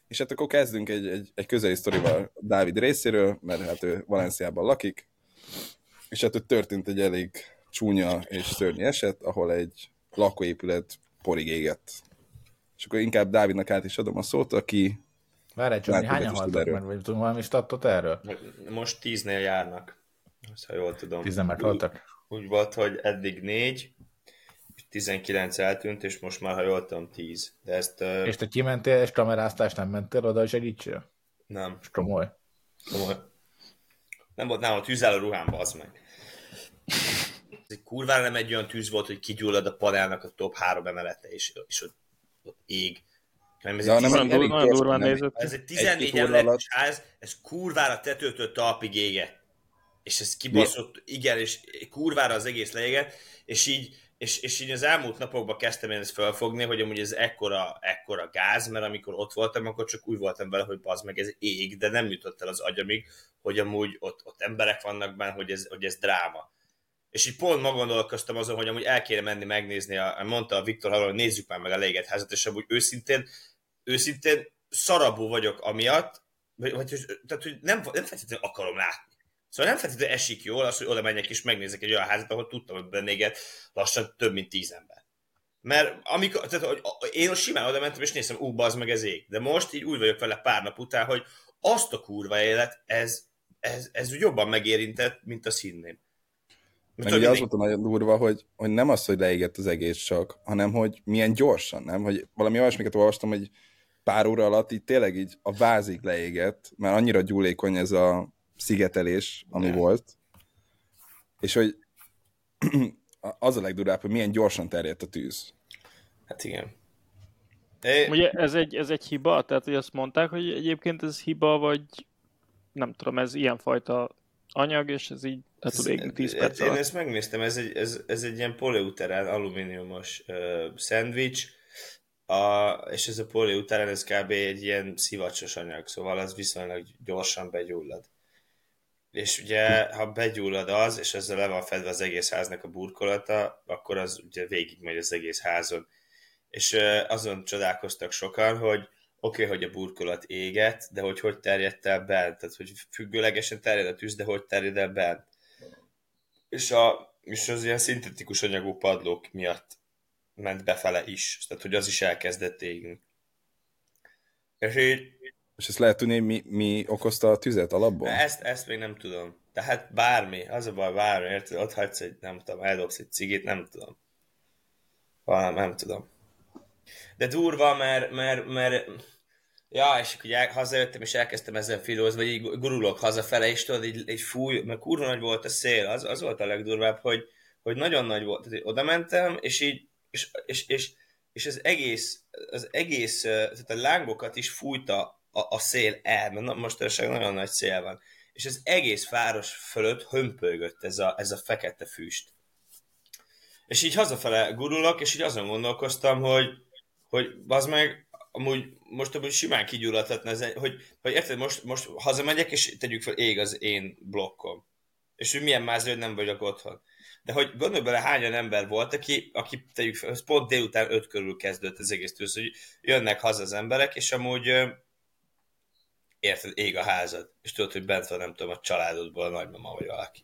És hát akkor kezdünk egy közeli sztorival Dávid részéről, mert hát ő Valenciában lakik, és hát ott történt egy elég csúnya és szörnyű eset, ahol egy lakóépület porig égett. És akkor inkább Dávidnak át is adom a szót, aki... Várj, csak hányan haltak meg, vagy tudunk valami stattot erről? Most 10-nél járnak, ha jól tudom. 10 meghaltak? Úgy volt, hogy eddig 4, 19 eltűnt, és most már, ha jól tudom, 10. De ezt... És te kimentél, és kameráztál, nem mentél oda, hogy segítsél? Nem. És komoly. Nem volt nálam a tűzálló ruhámba, az meg. Ez egy kurvára nem egy olyan tűz volt, hogy kigyullad a panelnak a top 3 emelete, és ott ég. Ez egy 14 emeletes ház, ez kurvára tetőtől talpig égett. És ez kibaszott, igen, és kurvára az egész leégett, és így az elmúlt napokban kezdtem én ezt felfogni, hogy amúgy ez ekkora gáz, mert amikor ott voltam, akkor csak úgy voltam vele, hogy bazd meg, ez ég, de nem jutott el az agyamig, hogy amúgy ott emberek vannak benne, hogy ez dráma. És így pont ma gondolkoztam azon, hogy amúgy el kéne menni megnézni, mondta a Viktor Halon, hogy nézzük már meg a leégett házat, és amúgy őszintén szarabú vagyok amiatt, tehát, hogy nem feltétlenül akarom látni. Szóval nem feltétlenül esik jól az, hogy oda menjek és megnézek egy olyan házat, ahol tudtam, hogy benne éget lassan több mint 10 ember. Mert amikor, tehát, hogy én simán oda mentem és néztem, bazd meg ez ég. De most így úgy vagyok vele pár nap után, hogy azt a kurva élet, ez jobban megérintett, mint azt hinném. Meg ugye az volt a nagyon durva, hogy nem az, hogy leégett az egész csak, hanem hogy milyen gyorsan, nem? Hogy valami olyasmiket olvastam, hogy pár óra alatt így tényleg így a vázig leégett, mert annyira gyúlékony ez a szigetelés, ami volt. És hogy az a legdurább, hogy milyen gyorsan terjedt a tűz. Hát igen. Ugye ez egy hiba? Tehát, hogy azt mondták, hogy egyébként ez hiba, vagy nem tudom, ez ilyenfajta anyag, és ez így tud égni 10 perc alatt. Én ezt megnéztem, ez egy ilyen poleuterán alumíniumos szendvics, és ez a poleuterán, ez kb. Egy ilyen szivacsos anyag, szóval az viszonylag gyorsan begyullad. És ugye, ha begyullad az, és ezzel le van fedve az egész háznak a burkolata, akkor az ugye végigmegy az egész házon. És azon csodálkoztak sokan, hogy oké, hogy a burkolat éget, de hogy terjedt el bent, tehát hogy függőlegesen terjed a tűz, de hogy terjed el bent. És az ilyen szintetikus anyagú padlók miatt ment befele is, tehát hogy az is elkezdett égni. És ezt lehet tudni, mi okozta a tüzet alapból? Ezt még nem tudom. Tehát bármi, az a baj, bármi, érted? Ott hagysz egy, nem tudom, eldobsz egy cigit, nem tudom. Nem tudom. De durva, mert ja, és akkor hazajöttem, és elkezdtem ezzel filózni, vagy így gurulok hazafele, és tudod, így fúj, mert kurva nagy volt a szél, az volt a legdurvább, hogy nagyon nagy volt. Tehát oda mentem, és így, és az egész, tehát a lángokat is fújta a szél el, mert mostanság nagyon nagy szél van. És az egész város fölött hömpölygött ez a fekete füst. És így hazafele gurulok, és így azon gondolkoztam, hogy az meg amúgy simán kigyulladhatna, hogy érted, most hazamegyek, és tegyük fel, ég az én blokkom. És hogy milyen mázra, hogy nem vagyok otthon. De hogy gondolj bele, hányan ember volt, aki tegyük fel, pont délután 5 körül kezdődött az egész tűz, hogy jönnek haza az emberek, és amúgy érted, ég a házad. És tudod, hogy bent van, nem tudom, a családodból a nagymama vagy valaki.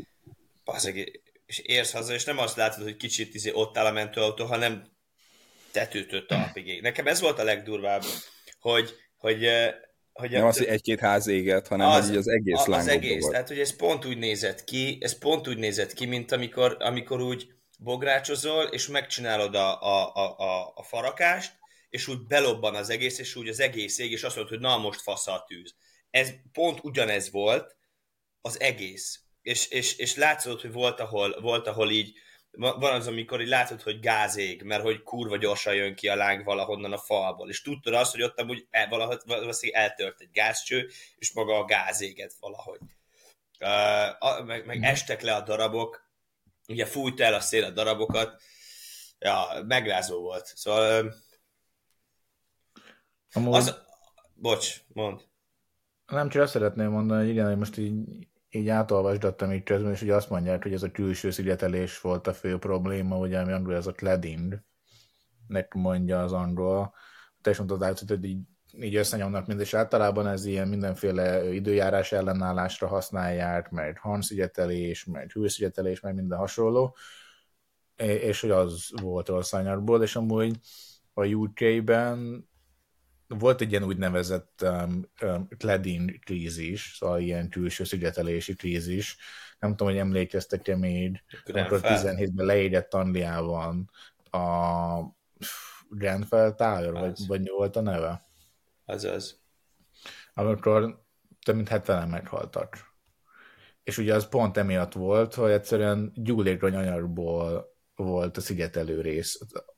És érsz haza, és nem azt látod, hogy kicsit ott áll a mentőautó, hanem tetőtől talpig ég. Nekem ez volt a legdurvább, hogy nem az, hogy egy-két ház éget, hanem hogy az egész lángokba az egész. volt. Tehát, hogy ez pont úgy nézett ki, mint amikor úgy bográcsozol, és megcsinálod a farakást, és úgy belobban az egész, és úgy az egész ég, és azt mondod, hogy na, most fasz a tűz. Ez pont ugyanez volt az egész. És látszott, hogy volt, ahol így van az, amikor így látod, hogy gáz ég, mert hogy kurva gyorsan jön ki a láng valahonnan a falból, és tudtad azt, hogy ott amúgy valószínűleg eltört egy gázcső, és maga a gáz éget valahogy. Meg estek le a darabok, ugye fújta el a szél a darabokat, ja, megrázó volt. Szóval bocs, mondd. Nem, csak azt szeretném mondani, hogy igen, hogy most így átolvasgattam így közben, és ugye azt mondják, hogy ez a külső szigetelés volt a fő probléma, ugye, ami angol ez a cladding, nek mondja az angol. Te is mondtad, hogy így így összenyomnak mind, és általában ez ilyen mindenféle időjárás ellenállásra használják, meg harmszigetelés, meg hőszigetelés, meg minden hasonló, és hogy az volt rossz anyagból, és amúgy a UK-ben volt egy ilyen úgynevezett cladding krízis, szóval ilyen külső szigetelési krízis. Nem tudom, hogy emlékeztek-e még, amikor 17-ben leégett Angliában a Grenfell Tower, vagy mi volt a neve? Azaz. Amikor több mint 70-en meghaltak. És ugye az pont emiatt volt, hogy egyszerűen gyúlékony anyagból volt a szigetelő rész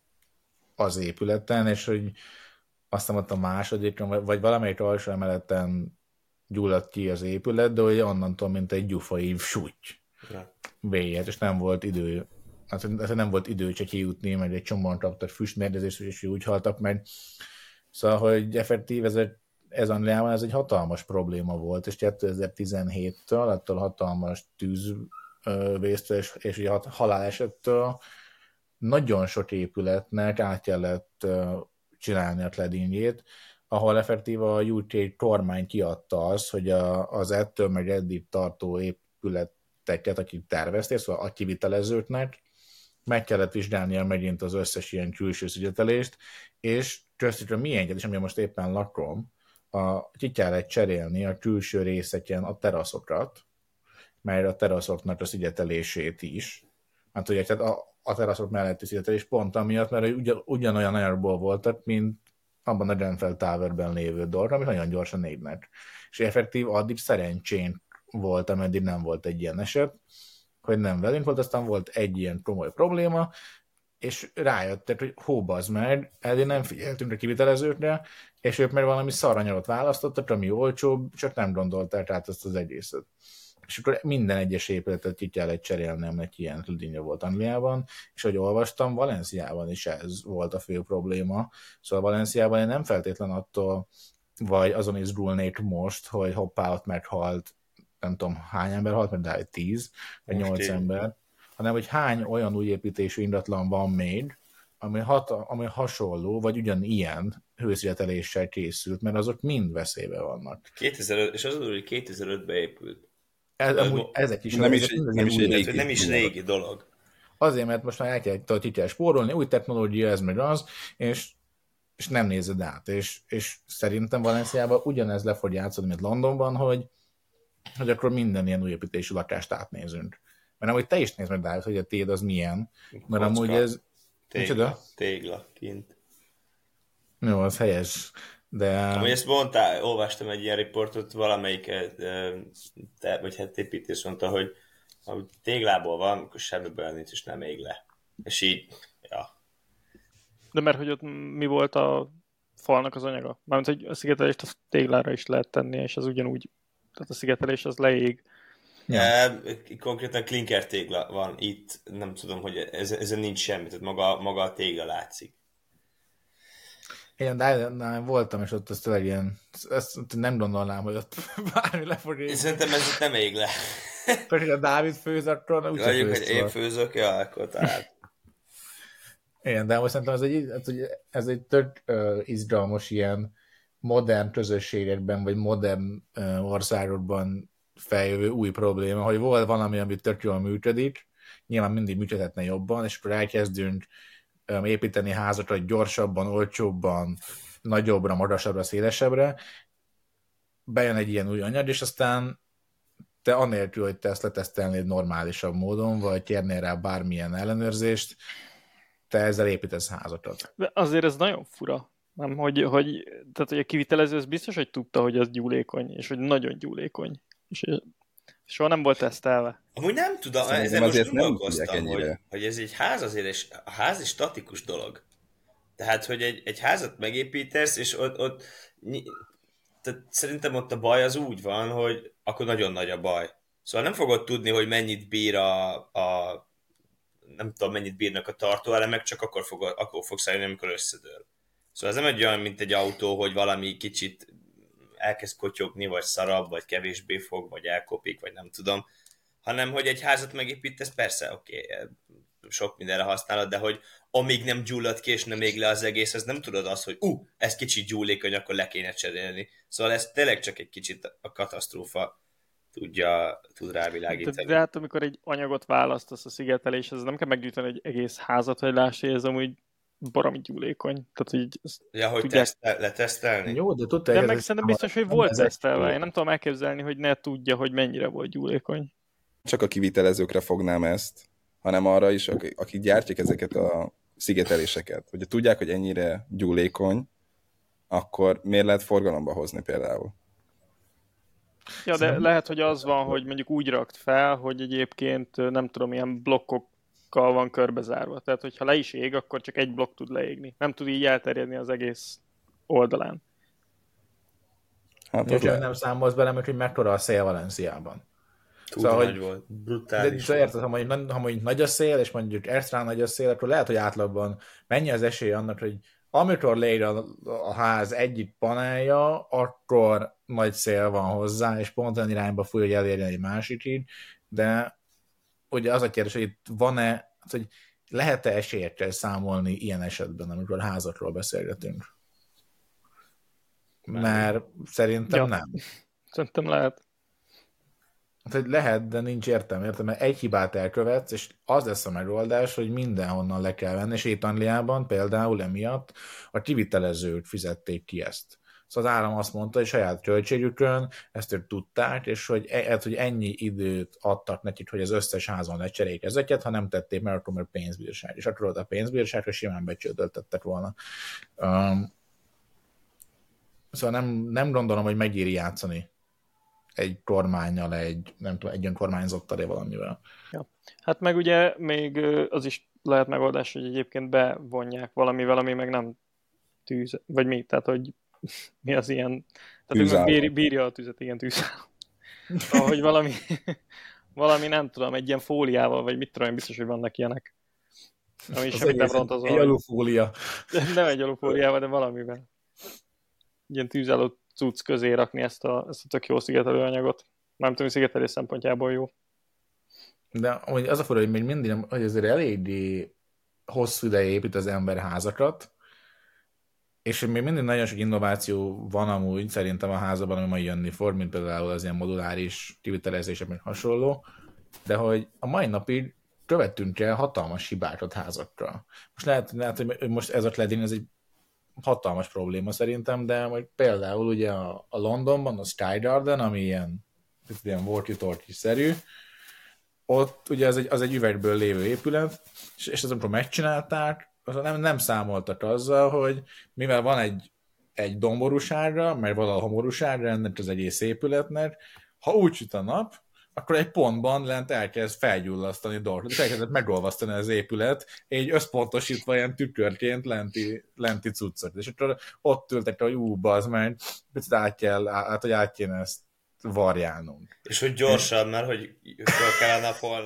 az épületen, és hogy aztán ott a másodikon, vagy valamelyik alsó emeleten gyulladt ki az épület, de hogy onnantól, mint egy gyufaív súty véget, és nem volt idő, hát nem volt idő csak kijutni, meg egy csomóan kaptak füstmérgezést, és úgy haltak meg. Szóval, hogy effektív ez Angliában ez egy hatalmas probléma volt, és 2017-től, attól hatalmas tűzvésztől és ugye halálesettől nagyon sok épületnek át kellett csinálni a claddingjét, ahol effektív a UK kormány kiadta az, hogy az ettől meg eddig tartó épületeket, akik tervezték, szóval a kivitelezőknek meg kellett vizsgálnia megint az összes ilyen külső szigetelést, és köztükre mi enged, és ami most éppen lakom, ki kellett cserélni a külső részeken a teraszokat, mert a teraszoknak a szigetelését is. Hát ugye a teraszok melletti szigetelés pont amiatt, mert ugyanolyan anyagból voltak, mint abban a Grenfell Towerben lévő dolgok, amit nagyon gyorsan égnek. És effektív addig szerencsén volt, ameddig nem volt egy ilyen eset, hogy nem velünk volt, aztán volt egy ilyen komoly probléma, és rájöttek, hogy hóbazd meg, eddig nem figyeltünk a kivitelezőkre, és ők meg valami szaranyagot választottak, ami olcsóbb, csak nem gondolták át ezt az egészet. És akkor minden egyes épületet ki kellett cserélni, aminek ilyen claddingja volt Angliában, és ahogy olvastam, Valenciában is ez volt a fő probléma. Szóval Valenciában én nem feltétlen attól, vagy azon izgulnék most, hogy hoppá, ott meghalt, nem tudom hány ember halt, mert de 10 vagy 8 ember, hanem hogy hány olyan új építésű ingatlan van még, ami hasonló, vagy ugyanilyen hőszigeteléssel készült, mert azok mind veszélybe vannak. 2005, és az hogy 2005-ben épült. Ezek is nem is régi dolog. Azért, mert most már ki kell spórolni, új technológia, ez meg az, és nem nézed át. És szerintem Valenciában ugyanez le fog játszani, mint Londonban, hogy akkor minden ilyen új építésű lakást átnézünk. Mert amúgy te is nézd meg, Dávid, hogy a tiéd az milyen. Mert amúgy ez... Tégla kint. Jó, az helyes. De... Amúgy ezt mondtál, olvastam egy ilyen riportot, valamelyik vagy hát építész mondta, hogy téglából van, akkor semmiből nincs, és nem ég le. És így, ja. De mert hogy ott mi volt a falnak az anyaga? Mármint, hogy a szigetelést a téglára is lehet tenni, és az ugyanúgy, tehát a szigetelés az leég. Ja. Konkrétan klinker tégla van itt, nem tudom, hogy ezen nincs semmi, tehát maga a tégla látszik. Én voltam, és ott ez tényleg ilyen, ezt nem gondolnám, hogy ott bármi le fog égni. Szerintem ez itt nem ég le. Akkor a Dávid főz, akkor úgy mondjuk, hogy én főzök, ja, akkor talán. Igen, de most szerintem ez egy tök izgalmas ilyen modern közösségekben, vagy modern országokban feljövő új probléma, hogy volt valami, ami tök jól működik, nyilván mindig működhetne jobban, és akkor elkezdünk építeni házakat gyorsabban, olcsóbban, nagyobbra, magasabbra, szélesebbre, bejön egy ilyen új anyag, és aztán te anélkül, hogy te ezt letesztelnéd normálisabb módon, vagy kérnél rá bármilyen ellenőrzést, te ezzel építesz házakat. De azért ez nagyon fura. Nem, hogy a kivitelező az biztos, hogy tudta, hogy az gyúlékony, és hogy nagyon gyúlékony. És soha nem volt tesztelve. Amúgy nem tudom, ezen most gondolkoztam, hogy ez egy ház azért, és a ház is statikus dolog. Tehát, hogy egy házat megépítesz, és ott tehát szerintem ott a baj az úgy van, hogy akkor nagyon nagy a baj. Szóval nem fogod tudni, hogy mennyit bír nem tudom, mennyit bírnak a tartóelemek, csak akkor fogsz eljönni, amikor összedől. Szóval ez nem egy olyan, mint egy autó, hogy valami kicsit elkezd kotyogni, vagy szarabb, vagy kevésbé fog, vagy elkopik, vagy nem tudom, hanem hogy egy házat megépítesz, persze, oké, sok mindenre használod, de hogy amíg nem gyullad ki, és nem ég le az egész, ez nem tudod azt, hogy ez kicsit gyúlékony, akkor le kéne cserélni. Szóval ez tényleg csak egy kicsit a katasztrófa tud rávilágítani. De hát amikor egy anyagot választasz a szigeteléshez, nem kell meggyűjteni egy egész házat, hogy láss, hogy ez amúgy baromi gyúlékony. Tehát, hogy hogy tudják... letesztelni? Jó, de de meg szerintem biztos, hogy volt tesztelve. Én nem tudom elképzelni, hogy ne tudja, hogy mennyire volt gyúlékony. Csak a kivitelezőkre fognám ezt, hanem arra is, akik gyártják ezeket a szigeteléseket. Hogyha tudják, hogy ennyire gyúlékony, akkor miért lehet forgalomba hozni például? Ja, de lehet, hogy az van, hogy mondjuk úgy rakt fel, hogy egyébként nem tudom, ilyen blokkokkal van körbezárva. Tehát, hogyha le is ég, akkor csak egy blokk tud leégni. Nem tud így elterjedni az egész oldalán. Hát nem számolsz bele, hogy mekkora a szél Valenciában. Szóval, nagy volt. Brutális. De érted, ha mondjuk nagy a szél, és mondjuk extra nagy a szél, akkor lehet, hogy átlagban mennyi az esély annak, hogy amikor leír a ház egyik panelja, akkor nagy szél van hozzá, és pont olyan irányba fúj, hogy elérjen egy másik így, de ugye az a kérdés, hogy itt van-e, hogy lehet-e esélyekkel számolni ilyen esetben, amikor házakról beszélgetünk? Mert szerintem nem. Szerintem lehet. Hát, hogy lehet, de nincs értelme, mert egy hibát elkövetsz, és az lesz a megoldás, hogy mindenhonnan le kell venni, és itt Angliában például emiatt a kivitelezők fizették ki ezt. Szóval az állam azt mondta, hogy saját költségükön ezt ők tudták, és hogy ennyi időt adtak nekik, hogy az összes házon lecseréljék ezeket, ha nem tették meg, akkor már pénzbírság. És akkor a pénzbírságra simán becsődöltettek volna. Szóval nem gondolom, hogy megéri játszani egy kormánnyal, egy önkormányzattal, valamivel. Ja. Hát meg ugye még az is lehet megoldás, hogy egyébként bevonják valamivel, ami meg nem tűz, vagy mi, tehát hogy mi az ilyen, tehát bírja a tüzet, igen, tűzálló. Ahogy valami nem tudom, egy ilyen fóliával, vagy mit tudom, én biztos, hogy vannak ilyenek. Ami semmit nem ront az egy alufólia. Nem egy alufóliával, de valamivel. Ilyen tűzálló cucc közé rakni ezt a tök jó szigetelő anyagot. Nem tudom, szigetelés szempontjából jó. De az a fura, hogy még mindig, hogy azért eléggé hosszú ideje épít az ember házakat, és még mindig nagyon sok innováció van amúgy szerintem a házban, ami majd jönni fog, mint például az ilyen moduláris kivitelezések, meg hasonló, de hogy a mai napig követtünk el hatalmas hibákat házakra. Most lehet, hogy most ez a cladding, ez egy hatalmas probléma szerintem, de majd például ugye a Londonban a Sky Garden, ami ilyen walkie-talkie-szerű, ott ugye az egy üvegből lévő épület, és ezt amikor megcsinálták, nem számoltak azzal, hogy mivel van egy domborúsága, mert valahol homorúsága ennek az egész épületnek, ha úgy süt a nap, akkor egy pontban lent elkezd felgyullasztani dolgokat, és elkezdett megolvasztani az épület, így összpontosítva ilyen tükörként lenti cuccot. És akkor ott ültek, hogy bazd meg, picit át kéne ezt varjálnunk. És hogy gyorsan, mert hogy föl kell a napolna.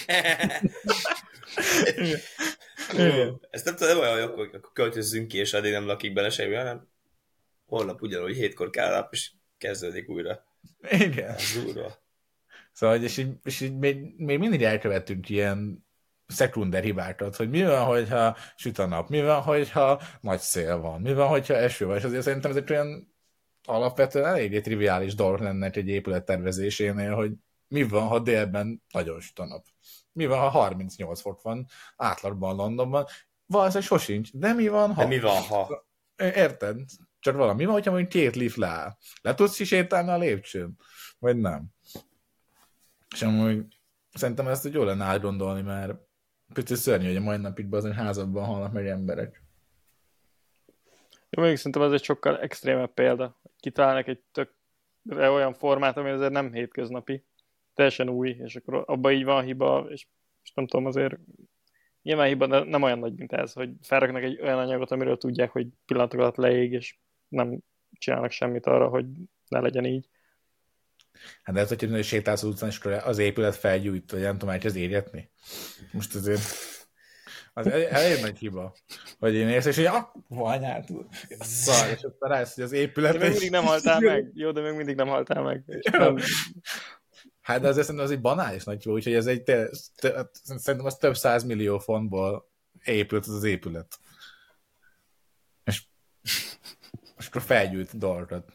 Ezt nem tudom, nem olyan, akkor költözzünk ki, és addig nem lakik bele semmi, hanem holnap ugyanúgy 7-kor kell a nap, és kezdődik újra. Igen. Ez durva. Szóval, és így még mindig elkövettünk ilyen szekunder hibákat, hogy mi van, hogyha süt a nap, mi van, hogyha nagy szél van, mi van, hogyha eső van, és azért szerintem ezek olyan alapvetően eléggé triviális dolgok lennek egy épület tervezésénél, hogy mi van, ha délben nagyon süt a nap. Mi van, ha 38 fok van átlagban Londonban? Valószínűleg sosincs, de mi van, ha? De mi van, ha? Érted? Csak valami. Mi van, hogyha mondjuk 2 lift leáll? Le tudsz is sétálni a lépcsőn? Vagy nem? És amúgy szerintem ezt jó lenne átgondolni, mert picit szörnyű, hogy a mai napig az házadban halnak meg emberek. Jó, még szerintem ez egy sokkal extrémebb példa. Kitalálnak egy tök olyan formát, ami azért nem hétköznapi, teljesen új, és akkor abban így van hiba, és nem tudom, azért nyilván hiba, de nem olyan nagy, mint ez, hogy felraknak egy olyan anyagot, amiről tudják, hogy pillanatok alatt leég, és nem csinálnak semmit arra, hogy ne legyen így. Hát de ez, hogy sétálsz az utcán, és az épület felgyújt, vagy nem tudom, elkezd égetni. Most azért az elég nagy hiba, hogy én érsz, és hogy anyátul. Szar, és aztán rájössz, hogy az épület... De még mindig nem haltál meg. Jó, de még mindig nem haltál meg. Hát de azért szerintem az egy banális nagy jó, úgyhogy ez szerintem az több 100 millió fontból épült az épület. És akkor felgyűjt dolgokat.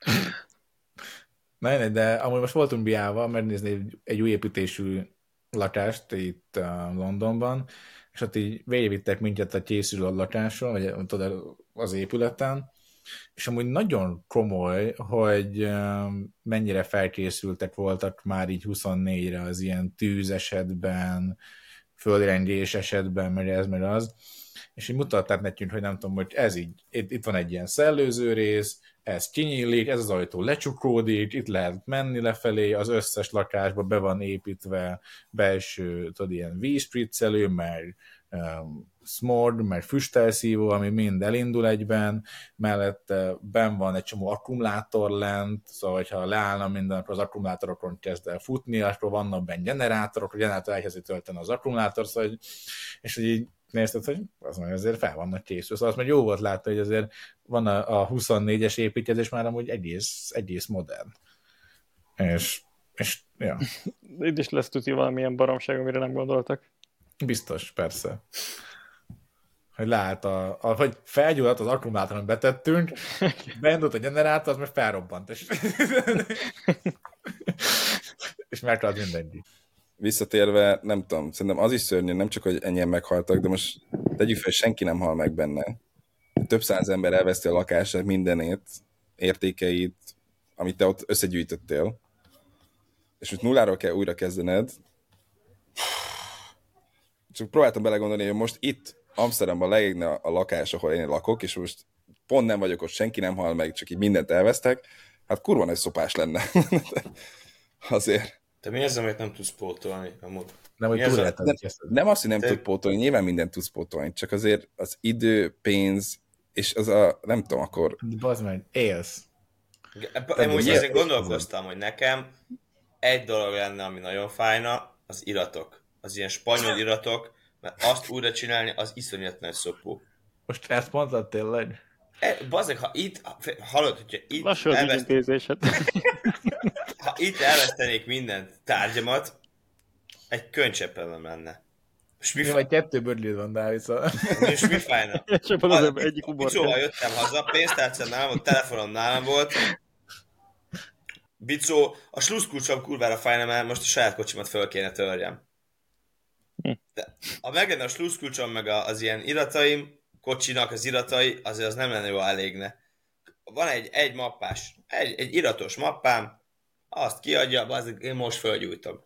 De amúgy most voltunk Biával megnézni egy új építésű lakást itt Londonban, és ott így végigvittek minket a készülő lakásról, vagy tudod, az épületen, és amúgy nagyon komoly, hogy mennyire felkészültek voltak már így 24-re az ilyen tűz esetben, földrengés esetben, meg az, és így mutatták nekünk, hogy nem tudom, hogy ez így, itt van egy ilyen szellőző rész, ez kinyílik, ez az ajtó lecsukódik, itt lehet menni lefelé, az összes lakásba be van építve belső, tudod, ilyen vízspriccelő, meg smog, meg füstelszívó, ami mind elindul egyben, mellette benn van egy csomó akkumulátor lent, szóval ha leállna minden, akkor az akkumulátorokon kezd el futni, akkor vannak benne generátorok, a generátor elkezdi tölteni az akkumulátor, szóval, és így nézted, hogy az majd azért fel vannak készül. Szóval az meg jó volt látni, hogy azért van a 24-es építkezés már amúgy egész modern. És ja. Itt is lesz tudni valamilyen baromság, amire nem gondoltak. Biztos, persze. Hogy lát, hogy felgyulladt az akkumulátoron betettünk, beindult a generátor, az meg felrobbant. És meghalt mindenki. Visszatérve, nem tudom, szerintem az is szörnyű, nem csak, hogy ennyien meghaltak, de most tegyük fel, senki nem hal meg benne. Több száz ember elveszti a lakását, mindenét, értékeit, amit te ott összegyűjtöttél. És most nulláról kell újra kezdened. Csak próbáltam belegondolni, hogy most itt Amsterdamban leégne a lakás, ahol én lakok, és most pont nem vagyok ott, senki nem hal meg, csak így mindent elvesztek. Hát kurva nagy szopás lenne. Azért. Te mi az, amit nem tudsz pótolni? Nem, hogy nem azt, hogy nem tud pótolni, nyilván mindent tudsz pótolni, csak azért az idő, pénz, és az a, nem tudom, akkor... Bazd meg, élsz. Én úgy ezen gondolkoztam, hogy nekem egy dolog lenne, ami nagyon fájna, az iratok. Az ilyen spanyol iratok, mert azt újra csinálni, az iszonyat nagy szopó. Most ezt mondtad tényleg? Bazdmeg, ha itt, hallod, hogyha itt lassul az ügyintézésed. Ha itt elvesztenék minden tárgyamat, egy könycseppel nem lenne. Mi vagy 2 bőrlőd van, Dávid, szóval. És mi fájna? Egyik uborka. Bicóval jöttem haza, pénztárcám nálam volt, telefonom nálam volt. Bicó, a sluszkulcsom kurvára fájna, mert most a saját kocsimat föl kéne törjem. De ha meglenne a sluszkulcsom meg az ilyen irataim, kocsinak az iratai, azért az nem lenne jó elégne. Van egy mappás, egy iratos mappám, azt kiadja, azért én most fölgyújtom.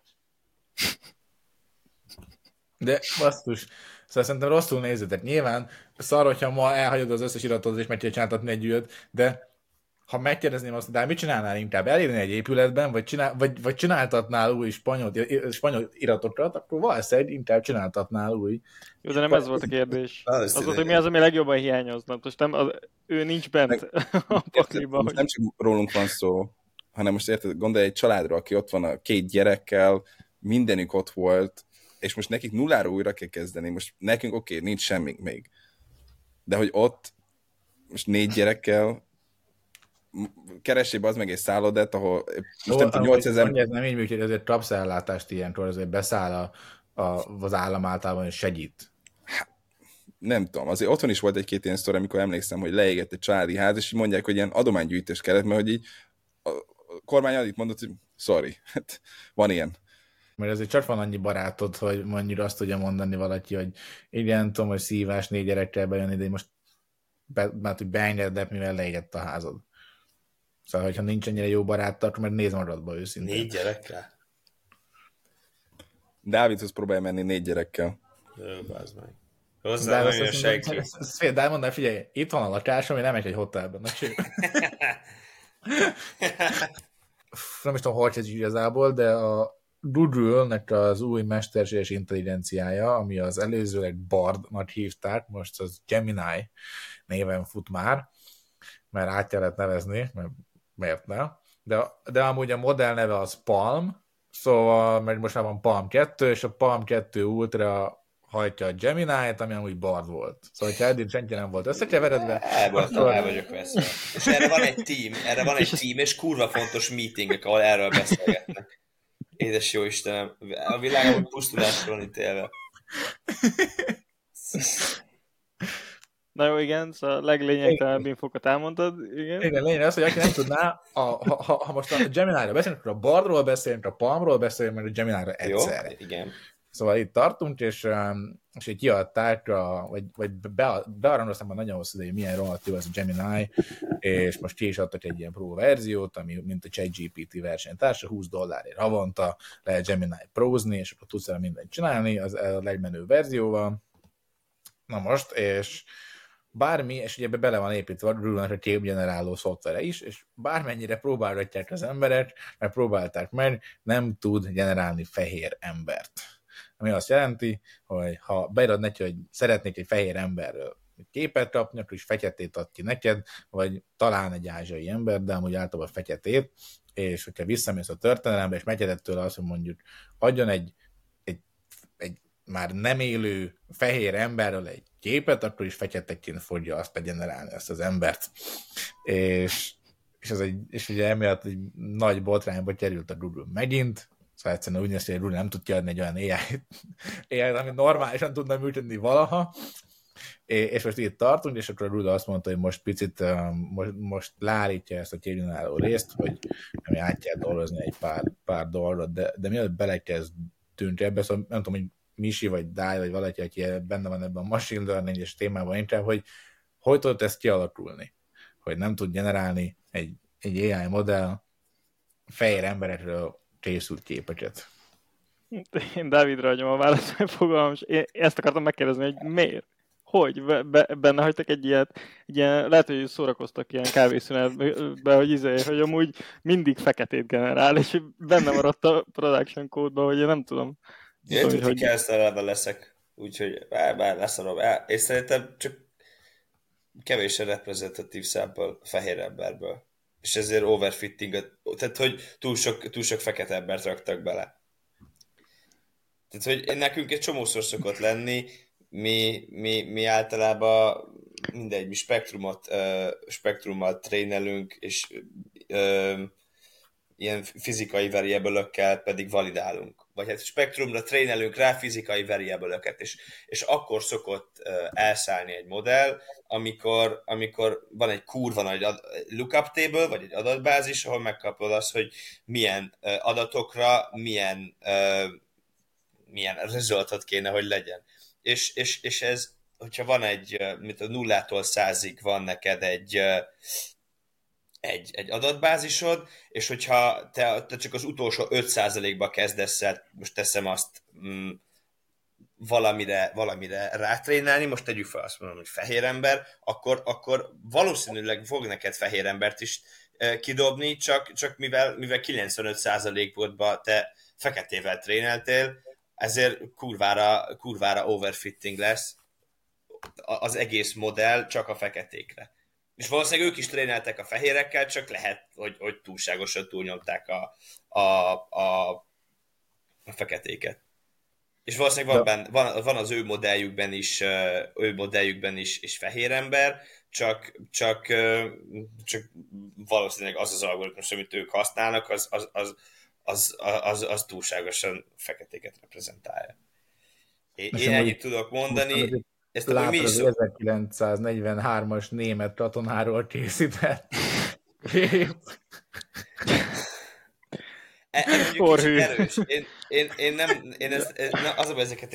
De basszus, szóval szerintem rosszul nézzetek. Nyilván szar, hogyha ma elhagyod az összes iratot és meg kell csináltatni egy gyűjt, de ha megkérdezném azt, de mit csinálnál inkább? Elérni egy épületben, vagy csináltatnál új spanyol iratokat, akkor valószínűleg inkább csináltatnál új. Jó, de nem ez volt a kérdés. Az volt, hogy mi az, ami legjobban hiányozna. Most nem, ő nincs bent a pakliban. Hogy... Nem csak rólunk van szó, hanem most érted, gondolj egy családra, aki ott van a 2 gyerekkel, mindenük ott volt, és most nekik nulláról újra kell kezdeni. Most nekünk oké, nincs semmink még. De hogy ott most 4 gyerekkel keresébe az meg egy szállodát, ahol most nem tudom, 8000... Ez nem így működik, ezért kapszellátást ilyenkor, azért beszáll az állam általában, és segít. Nem tudom, azért otthon is volt egy-két ilyen sztori, amikor emlékszem, hogy leégett egy családi ház, és mondják, hogy ilyen adománygyűjtés kellett, mert hogy így a kormány annyit mondott, hogy sorry, hát van ilyen. Mert azért csak van annyi barátod, hogy mondjuk azt tudja mondani valaki, hogy igen, tudom, hogy szívás 4 gyerekkel bejönni, de most beengedett, mivel leégett a házad. Szóval, hogyha nincs ennyire jó barát, akkor meg nézd magadba őszintén. 4 gyerekkel? Dávidhoz próbálj menni 4 gyerekkel. Bázd meg. Hozzá nem jön senki. Dávid, mondd el, figyelj, itt van a lakás, ami nem egy hotelben. Nem is tudom, hogy ez igazából, de a Google-nek az új mesterséges intelligenciája, ami az előzőleg Bardnak hívták, most az Gemini néven fut már, mert át kellett nevezni, mert miért ne? De amúgy a modell neve az Palm, szóval mert most már van Palm 2, és a Palm 2 Ultra hajtja a Gemini-t, ami amúgy Bard volt. Szóval, ha eddig senki nem volt összekeveredve... El vagyok veszve. És erre van egy team, és kurva fontos meetingek, ahol erről beszélgetnek. Édes jó Istenem, a világ amúgy pusztulásra van ítélve. Na jó, igen, szóval a leglényegtelenebb infokat elmondtad, igen. Igen, lényeg az, hogy aki nem tudná, ha most a Gemini-ra beszélünk, akkor a Bardról beszélünk, a Palmról beszélünk, mert a Gemini-ra egyszerre. Jó, igen. Szóval itt tartunk, és így kiadták, vagy bearanyoztam, nagyon hosszú ideig, milyen rohadt jó ez a Gemini, és most ki is adtak egy ilyen pro verziót, ami mint a ChatGPT versenytársa, $20 havonta lehet Gemini prózni, és akkor tudsz el mindent csinálni, az a legmenőbb verzióval. Na most, és bármi, és ugye ebbe bele van építve a képgeneráló szoftvere is, és bármennyire próbálgatják az emberek, mert próbálták meg, nem tud generálni fehér embert. Ami azt jelenti, hogy ha beírod neki, hogy szeretnék egy fehér emberről képet kapni, akkor is feketét ad ki neked, vagy talán egy ázsiai ember, de amúgy általában feketét, és hogyha visszamész a történelembe, és megkérdezed tőle azt, hogy mondjuk adjon egy már nem élő fehér emberről egy képet, akkor is feketeként fogja azt begenerálni, ezt az embert. És ugye emiatt egy nagy botrányba került a Google megint, szóval egyszerűen úgy néz, hogy Google nem tud kiadni egy olyan AI-t, ami normálisan tudna működni valaha, és most itt tartunk, és akkor a Google azt mondta, hogy most picit most leállítja ezt a képgeneráló részt, hogy ami át kell dolgozni egy pár dolgot, de mielőtt belekezdünk ebbe, szóval nem tudom, hogy Misi, vagy Dai, vagy valaki, aki benne van ebben a machine learning-es témában inkább, hogy tudott ezt kialakulni? Hogy nem tud generálni egy AI modell fehér emberekről készült képeket. Én Dávidra hagyom a választ, hogy fogalmam, és én ezt akartam megkérdezni, hogy miért? Hogy? Benne hagytak egy ilyen, lehet, hogy szórakoztak ilyen kávészünetbe, hogy amúgy mindig feketét generál, és benne maradt a production code-ban, hogy én nem tudom. Én hogy kezdelve leszek, úgyhogy bár leszarom. És szerintem csak kevés reprezentatív számpol fehér emberből. És ezért overfitting, tehát hogy túl sok fekete embert raktak bele. Tehát, hogy nekünk egy csomószor szokott lenni, mi általában mindegy, mi spektrummal trénelünk, és ilyen fizikai variable-ökkel pedig validálunk. Vagy hát spektrumra trénelünk rá fizikai variable-öket, és akkor szokott elszállni egy modell, amikor van egy kurva nagy lookup table, vagy egy adatbázis, ahol megkapod azt, hogy milyen adatokra milyen resultot kéne, hogy legyen. És ez, hogyha van mint a 0-tól 100-ig van neked egy adatbázisod, és hogyha te csak az utolsó 5%-ba kezdesz el, most teszem azt valamire rátrénálni, most tegyük fel azt mondom, hogy fehér ember, akkor valószínűleg fog neked fehér embert is kidobni, csak mivel 95%-ban te feketével tréneltél, ezért kurvára overfitting lesz az egész modell csak a feketékre. És valószínűleg ők is tréneltek a fehérekkel, csak lehet, hogy túlságosan túlnyomták a feketéket. És valószínűleg van az ő modelljükben is fehér ember, csak valószínűleg az algoritmus, amit ők használnak, az túlságosan feketéket reprezentálja. Én ennyit tudok mondani. Ezt látod az 1943-as német katonáról készített. Erős. Az, hogy ezeket a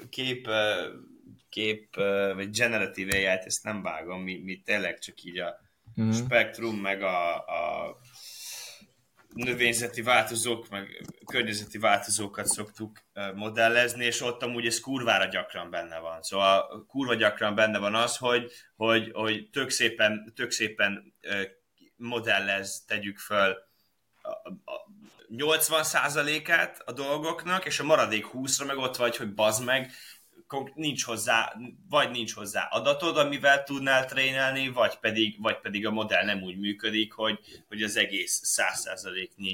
kép vagy generatív AI-t, ezt nem vágom, mi tényleg csak így a spektrum, meg a növényzeti változók, meg környezeti változókat szoktuk modellezni, és ott amúgy ez kurvára gyakran benne van. Szóval kurva gyakran benne van az, hogy tök szépen modellez, tegyük föl a 80%-át a dolgoknak, és a maradék 20-ra meg ott vagy, hogy bazd meg, nincs hozzá adatod, amivel tudnál trénelni, vagy pedig a modell nem úgy működik, hogy az egész 100%-nyi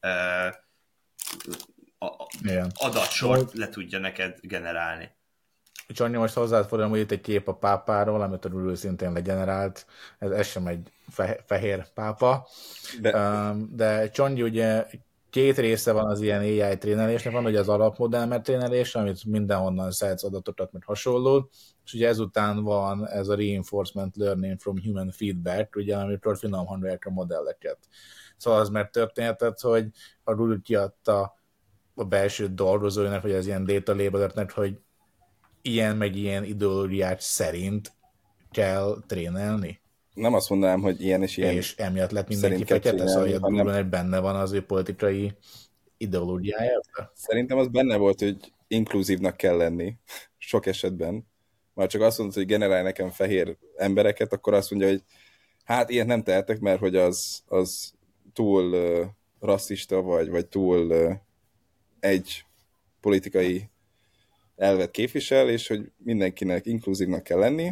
adatsort le tudja neked generálni. Csanyi, most hozzád fordulom, hogy itt egy kép a pápáról, amit a Google szintén legenerált. Ez sem egy fehér pápa. De Csanyi ugye két része van az ilyen AI trénelésnek, van ugye az alapmodell trénelés, amit mindenhonnan szedsz adatokat, mert hasonló, és ugye ezután van ez a reinforcement learning from human feedback, ugye, amikor finom hangolják a modelleket. Szóval az mert történhetett, hogy a Google kiadta a belső dolgozóinak, vagy az ilyen data labelernek, hogy ilyen meg ilyen ideológiák szerint kell trénelni. Nem azt mondanám, hogy ilyen és ilyen. És emiatt lett mindenki fekete, szóval a Google-nek benne van az ő politikai ideológiája. Szerintem az benne volt, hogy inkluzívnak kell lenni sok esetben. Már csak azt mondod, hogy generálj nekem fehér embereket, akkor azt mondja, hogy hát ilyet nem tehetek, mert hogy az túl rasszista, vagy túl egy politikai elvet képvisel, és hogy mindenkinek inkluzívnak kell lenni.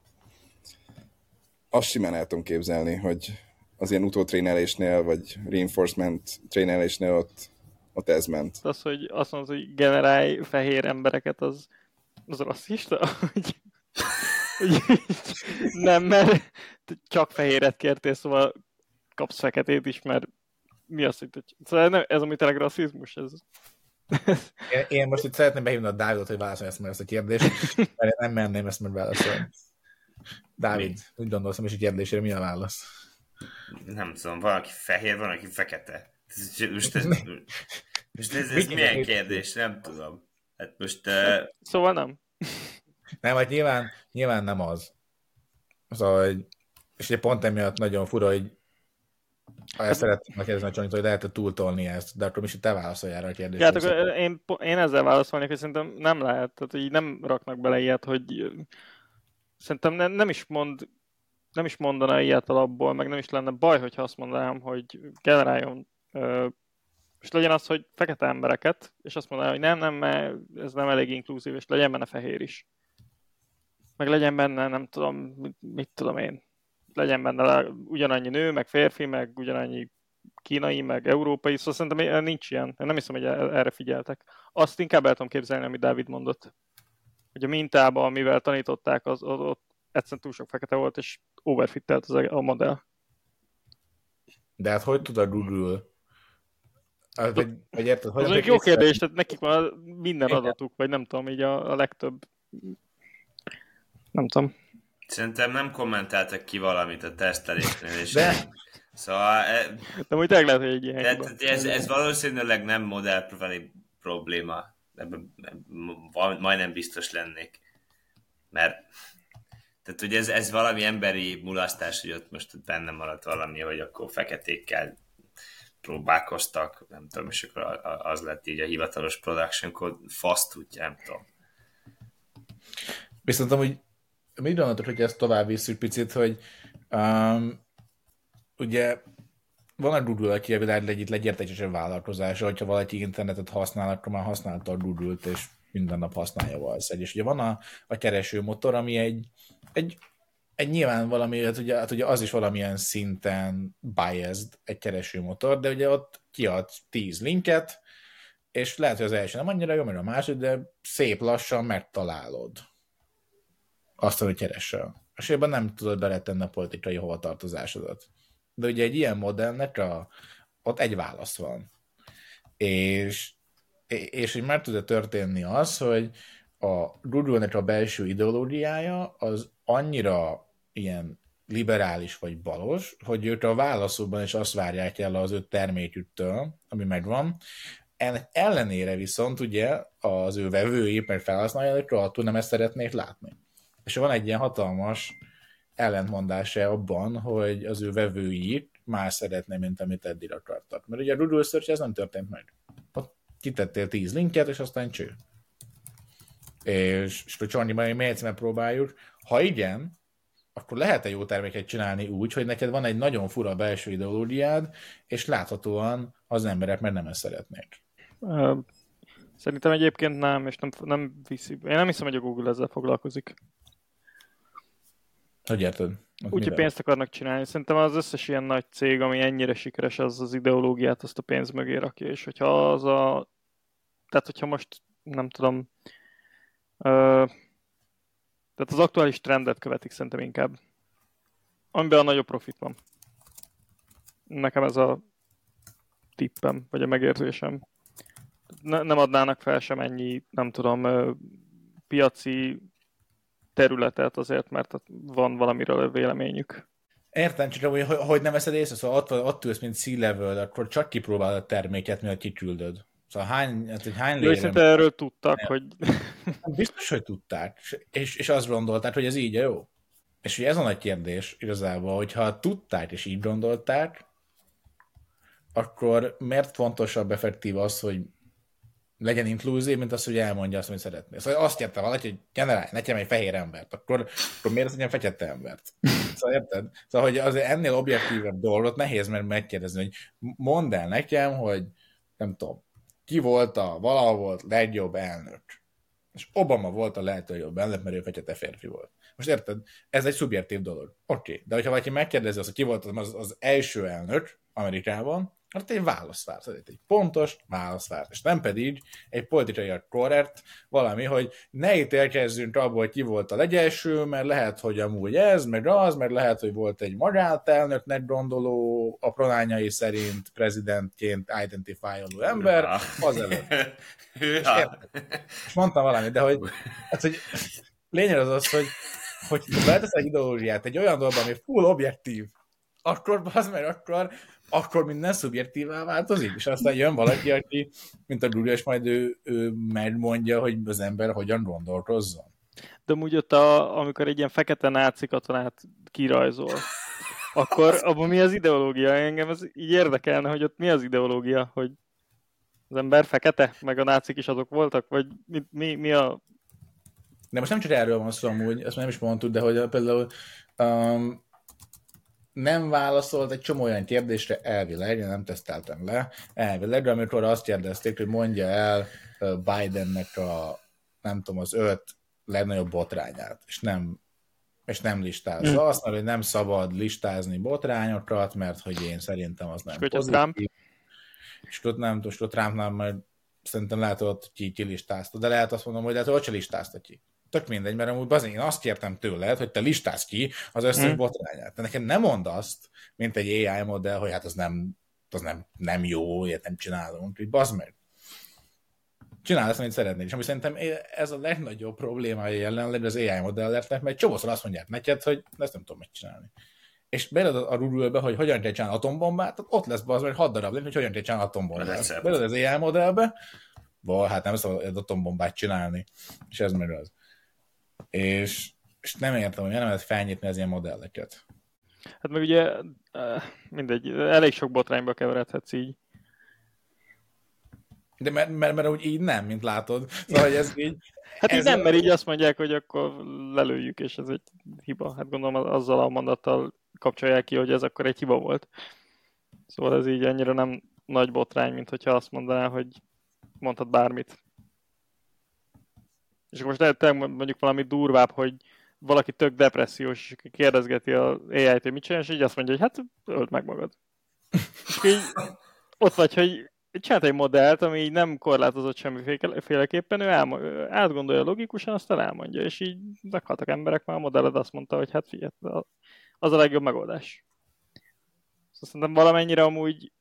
Azt simán el tudom képzelni, hogy az ilyen utótrénelésnél, vagy reinforcement trénelésnél ott ez ment. Az, hogy azt mondod, hogy generálj fehér embereket, az rasszista? Nem, mert csak fehéret kértél, szóval kapsz feketét is, mert mi az, hogy... Szóval ez ami tényleg rasszizmus, ez... Én most itt szeretném behívni a Dávidot, hogy válaszolj ezt a kérdést, mert én nem merném ezt meg válaszolni. Dávid, úgy gondolszom, és a kérdésére mi a válasz? Nem tudom, van, aki fehér, van, aki fekete. Most ez milyen kérdés? Nem tudom. Hát most... Szóval nem. Nem, hát nyilván nem az. Szóval, hogy, és ugye pont emiatt nagyon fura, hogy ha ezt szeretném megkérdezni a Csonyitól, hogy lehet-e túltolni ezt, de akkor is te válaszoljál a kérdést. Hát akkor én ezzel válaszolnék, hogy szerintem nem lehet, tehát így nem raknak bele ilyet, hogy szerintem nem is mondana ilyet alapból, meg nem is lenne baj, hogyha azt mondanám, hogy generáljon, és legyen az, hogy fekete embereket, és azt mondaná, hogy nem, mert ez nem elég inkluzív, és legyen benne fehér is. Meg legyen benne, nem tudom, mit tudom én, legyen benne ugyanannyi nő, meg férfi, meg ugyanannyi kínai, meg európai, szóval szerintem nincs ilyen. Én nem hiszem, hogy erre figyeltek. Azt inkább el tudom képzelni, amit Dávid mondott. Hogy a mintában, amivel tanították, ott egyszerűen túl sok fekete volt, és overfittelt a modell. De hát hogy tud a Google... Vagy érted, az egy jó kérdés, tehát nekik van minden adatuk, vagy nem tudom, így a legtöbb... Nem tudom. Szerintem nem kommentáltak ki valamit a tesztelésnél, és szóval... De úgy lehet, hogy egy ilyen ez valószínűleg nem modellprofili probléma. Majdnem biztos lennék. Mert tehát, hogy ez valami emberi mulasztás, hogy ott most benne maradt valami, hogy akkor feketékkel próbálkoztak, nem tudom, és akkor az lett így a hivatalos production code, fasz tudja, nem tudom. Viszont amúgy mit gondoltok, hogy ezt tovább visszük picit, hogy ugye van a Google, aki a világ egyik legértékesebb vállalkozása, hogyha valaki internetet használ, akkor már használta a Google-t, és minden nap használja valószínűleg. És ugye van a keresőmotor, ami egy nyilván valami, hát ugye az is valamilyen szinten biased egy keresőmotor, de ugye ott kiadsz 10 linket, és lehet, hogy az első nem annyira jó, mert a második, de szép lassan megtalálod azt, hogy keresel. És ebben nem tudod beletenni a politikai hovatartozásodat. De ugye egy ilyen modellnek ott egy válasz van. És hogy már tud történni az, hogy a Google-nek a belső ideológiája az annyira ilyen liberális vagy balos, hogy ők a válaszokban is azt várják el az ő terméküktől, ami megvan. Ennek ellenére viszont ugye az ő vevői, meg felhasználóik rohadtul nem ezt szeretnék látni. És van egy ilyen hatalmas ellentmondása abban, hogy az ő vevői más szeretné, mint amit eddig akartak. Mert ugye a Google Search ez nem történt meg. Ott kitettél 10 linket, és aztán cső. És hogy Csonyi, majd mi egyszer próbáljuk. Ha igen, akkor lehet-e jó terméket csinálni úgy, hogy neked van egy nagyon fura belső ideológiád, és láthatóan az emberek már nem ezt szeretnék. Szerintem egyébként nem, és nem viszi. Én nem hiszem, hogy a Google ezzel foglalkozik. Hogy érted? Úgyhogy pénzt akarnak csinálni. Szerintem az összes ilyen nagy cég, ami ennyire sikeres, az ideológiát, azt a pénz mögé rakja, és hogyha tehát hogyha most, nem tudom, tehát az aktuális trendet követik szerintem inkább. Amiben a nagyobb profit van. Nekem ez a tippem, vagy a megérzésem. Nem adnának fel sem ennyi, nem tudom, piaci területet azért, mert van valamiről a véleményük. Értem, csak hogy nem veszed észre, szóval ott ülsz, mint C-level, akkor csak kipróbálod a terméket, miatt kiküldöd. Szóval hány lérem... Szerintem erről tudtak, hogy... Biztos, hogy tudták, és azt gondolták, hogy ez így jó. És ugye ez a nagy kérdés igazából, hogyha tudták és így gondolták, akkor miért fontosabb effektív az, hogy legyen inkluzív, mint az, hogy elmondja azt, amit szeretné. Szóval azt érte valaki, hogy generálj nekem egy fehér embert, akkor miért legyen fekete embert? Szóval érted? Szóval, hogy azért ennél objektívebb dolgot nehéz megkérdezni, hogy mondd el nekem, hogy nem tudom, ki volt valahol volt legjobb elnök. És Obama volt a lehető jobb elnök, mert ő fekete férfi volt. Most érted? Ez egy szubjektív dolog. Oké. De hogyha valaki megkérdezi azt, hogy ki volt az első elnök Amerikában, hát egy választ vársz, egy pontos választ vársz, és nem pedig egy politikai korrekt valami, hogy ne ítélkezzünk abból, hogy ki volt a legelső, mert lehet, hogy amúgy ez, meg az, meg lehet, hogy volt egy magánelnöknek gondoló, a pronányai szerint prezidentként identifáló ember, azelőtt. És mondtam valamit, de hogy lényeg az, hogy beletesz egy ideológiát egy olyan dologban, ami full objektív, akkor minden szubjektívá változik, és aztán jön valaki, aki, mint a Google, és majd ő megmondja, hogy az ember hogyan gondolkozzon. De úgy ott, amikor egy ilyen fekete náci katonát kirajzol, akkor abban mi az ideológia? Engem ez így érdekelne, hogy ott mi az ideológia, hogy az ember fekete, meg a nácik is azok voltak, vagy mi a... De most nem csak erről van szó amúgy, ezt nem is mondtuk, de hogy például nem válaszolt egy csomó olyan kérdésre elvileg, nem teszteltem le, elvileg, amikor azt kérdezték, hogy mondja el Bidennek nem tudom, az 5 legnagyobb botrányát, és nem listázza. Azt mondja, hogy nem szabad listázni botrányokat, mert hogy én szerintem az nem pozitív. És ott Trumpnál majd szerintem lehet, hogy ott ki listázta, de lehet azt mondom, hogy lehet, hogy ott se listázta ki. Tök mindegy, mert amúgy én azt kértem tőled, hogy te listázz ki az összes botrányát. De nekem nem mondd azt, mint egy AI modell, hogy hát az nem jó, ilyet nem csinálunk. Úgy bazd meg. Csinálj azt, amit szeretnél. És ami szerintem ez a legnagyobb problémája jelenleg az AI modellernek, mert csomószor azt mondják neked, hogy ezt nem tudom megcsinálni. És bered a Google-be, hogy hogyan kell csinálni atombombát, ott lesz bazd meg 6 darab, hogy hogyan kell csinálni atombombát. Bered az AI modellbe, hát nem szabad atombombát csinálni. És ez meg az. És nem értem, hogy nem lehet felnyitni az ilyen modelleket. Hát meg ugye mindegy, elég sok botrányba keveredhetsz így. De mert úgy így nem, mint látod. Szóval, hogy ez így... Hát így nem, mert így azt mondják, hogy akkor lelőjük, és ez egy hiba. Hát gondolom azzal a mondattal kapcsolják ki, hogy ez akkor egy hiba volt. Szóval ez így annyira nem nagy botrány, mint hogyha azt mondaná, hogy mondhat bármit. És akkor most mondjuk valami durvább, hogy valaki tök depressziós, és kérdezgeti az AI-t, hogy mit csinál, és így azt mondja, hogy hát öld meg magad. És így ott vagy, hogy csinált egy modellt, ami így nem korlátozott semmiféleképpen, ő átgondolja logikusan, aztán elmondja, és így meghaltak emberek, már a modelled azt mondta, hogy hát figyelj, az a legjobb megoldás. Szóval szerintem valamennyire amúgy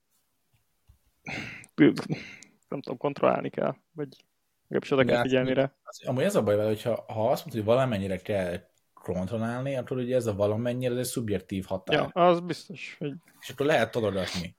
nem tudom, kontrollálni kell, vagy legalábbis oda kell figyelni rá. Amúgy ez a baj vele, hogyha azt mondod, hogy valamennyire kell kontrollálni, akkor ugye ez a valamennyire, ez egy szubjektív határ. Ja, az biztos. Hogy... És akkor lehet tologatni.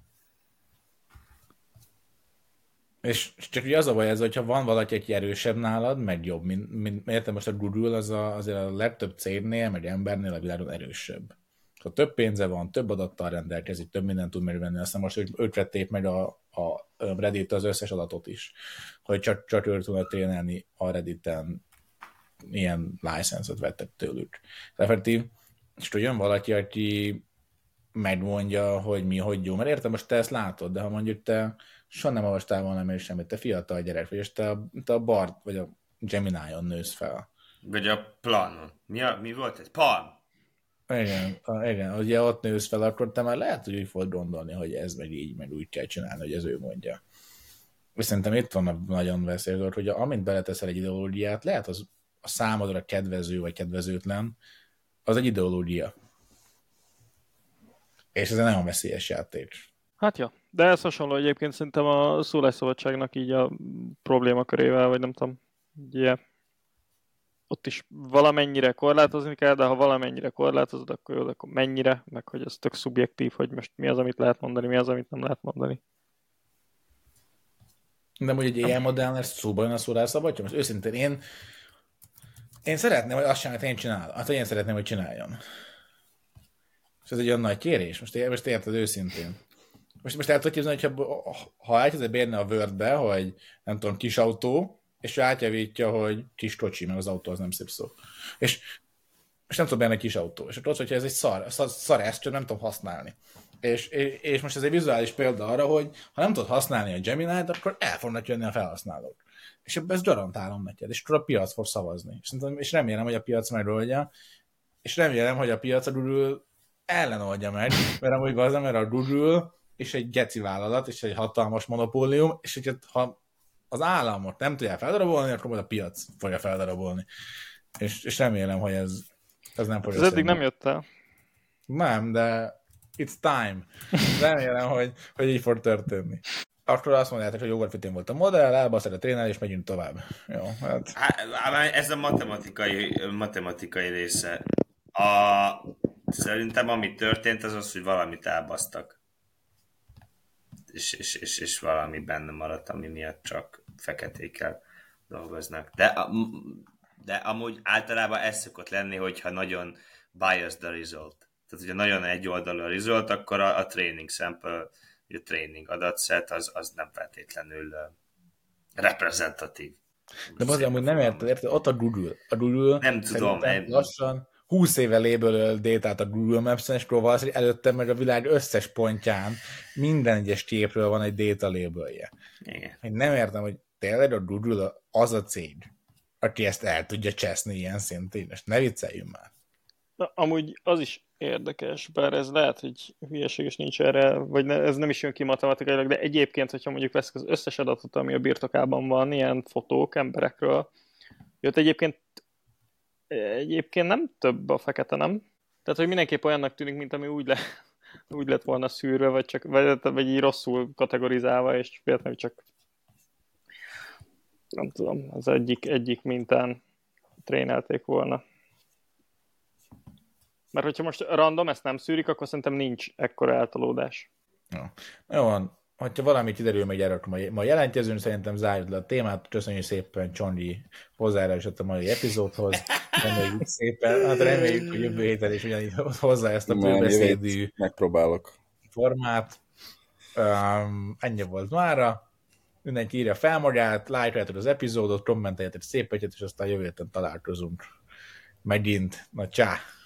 És csak ugye az a baj ez, hogyha van valaki, aki erősebb nálad, meg jobb, mint értem most a Google, azért a legtöbb cégnél, meg embernél a világon erősebb. Ha több pénze van, több adattal rendelkezik, több mindent tud megvenni, aztán most ők vették meg a Reddit az összes adatot is, hogy csak ők tudnak trénelni a Redditen, ilyen license-ot vettek tőlük. Effektív, és hogy jön valaki, aki megmondja, hogy mi, hogy jó, mert értem, most te ezt látod, de ha mondjuk te soha nem olvastál volna még semmit, te fiatal gyerek vagy, és te a Bard vagy a Gemini-on nősz fel. Vagy a Planon. Mi volt ez? Palm. Igen, ugye ott nősz fel, akkor te már lehet, hogy úgy fogod gondolni, hogy ez meg így, meg úgy kell csinálni, hogy ez ő mondja. És szerintem itt van a nagyon veszélyes, hogy amint beleteszel egy ideológiát, lehet az a számodra kedvező vagy kedvezőtlen, az egy ideológia. És ez egy nagyon veszélyes játék. Hát ja, de ez hasonló egyébként szerintem a szólásszabadságnak így a problémakörével, vagy nem tudom, ugye ott is valamennyire korlátozni kell, de ha valamennyire korlátozod, akkor jó, akkor mennyire, meg hogy ez tök szubjektív, hogy most mi az, amit lehet mondani, mi az, amit nem lehet mondani. De hogy egy ilyen modellnél szóba jön a szólásszabadság? Most őszintén én szeretném, hogy azt sem, amit én csinálom. Hát én szeretném, hogy csináljon. És ez egy olyan nagy kérés. Most érted őszintén. Most el tudod képzelni, hogyha ha elkezded bérni a Wordbe, hogy nem tudom, kis autó, és ő átjavítja, hogy kis kocsi, mert az autó az nem szép szó. És nem tudom benne kis autó. És akkor hogyha ez egy szar ezt csak nem tudom használni. És most ez egy vizuális példa arra, hogy ha nem tudod használni a Gemini-t, akkor el fognak jönni a felhasználók. És ezt garantálom neked, és akkor a piac fog szavazni. És remélem, hogy a piac megoldja, és remélem, hogy a piac a Google ellen oldja meg, mert amúgy az, mert a Google és egy geci vállalat, és egy hatalmas monopólium, és hogy ha az államot nem tudja feldarabolni, akkor majd a piac fogja feldarabolni. És remélem, hogy ez nem fog. Ez eddig nem jött el. Nem, de it's time. Remélem, hogy így fog történni. Akkor azt mondjátok, hogy jogorfitén volt a modell, elbaszad a tréner, és megyünk tovább. Jó, hát... Ez a matematikai része. Szerintem ami történt, az az, hogy valamit elbasztak. És valami benne maradt, ami miatt csak feketékkel dolgoznak. De amúgy általában ez szokott lenni, hogyha nagyon biased a result. Tehát, hogyha nagyon egyoldalú a result, akkor a training sample, a training adatset, az nem feltétlenül reprezentatív. De azért amúgy nem érted, ott a Google. A Google nem tudom. Lassan 20 éve lébölöl détát a Google Maps-en, és próbál az, hogy előtte meg a világ összes pontján minden egyes képről van egy data labelje. Igen. Én nem értem, hogy tényleg a Google az a cég, aki ezt el tudja cseszni ilyen szintén, és ne vicceljünk már. Na, amúgy az is érdekes, bár ez lehet, hogy hülyeség is nincs erre, vagy ez nem is jön ki matematikailag, de egyébként, hogyha mondjuk veszek az összes adatot, ami a birtokában van, ilyen fotók emberekről, jött egyébként nem több a fekete, nem? Tehát, hogy mindenképp olyannak tűnik, mint ami úgy lett volna szűrve, vagy így rosszul kategorizálva, és véletlenül csak nem tudom, az egyik mintán trénelték volna. Mert hogyha most random ezt nem szűrik, akkor szerintem nincs ekkora eltolódás. Jó van. Ha valami kiderül, meg gyere, akkor ma jelentkezünk, szerintem zárjuk le a témát. Köszönjük szépen Csongi hozzájárulását a mai epizódhoz. Reméljük szépen, hát reméljük, hogy jövő héten is ugyanígy hozzá ezt a bőbeszédű megpróbálok formát. Ennyi volt mára. Mindenki írja fel magát, lájkoljátok az epizódot, kommenteljetek szép egyet, és aztán jövő héten találkozunk. Megint. Na csá!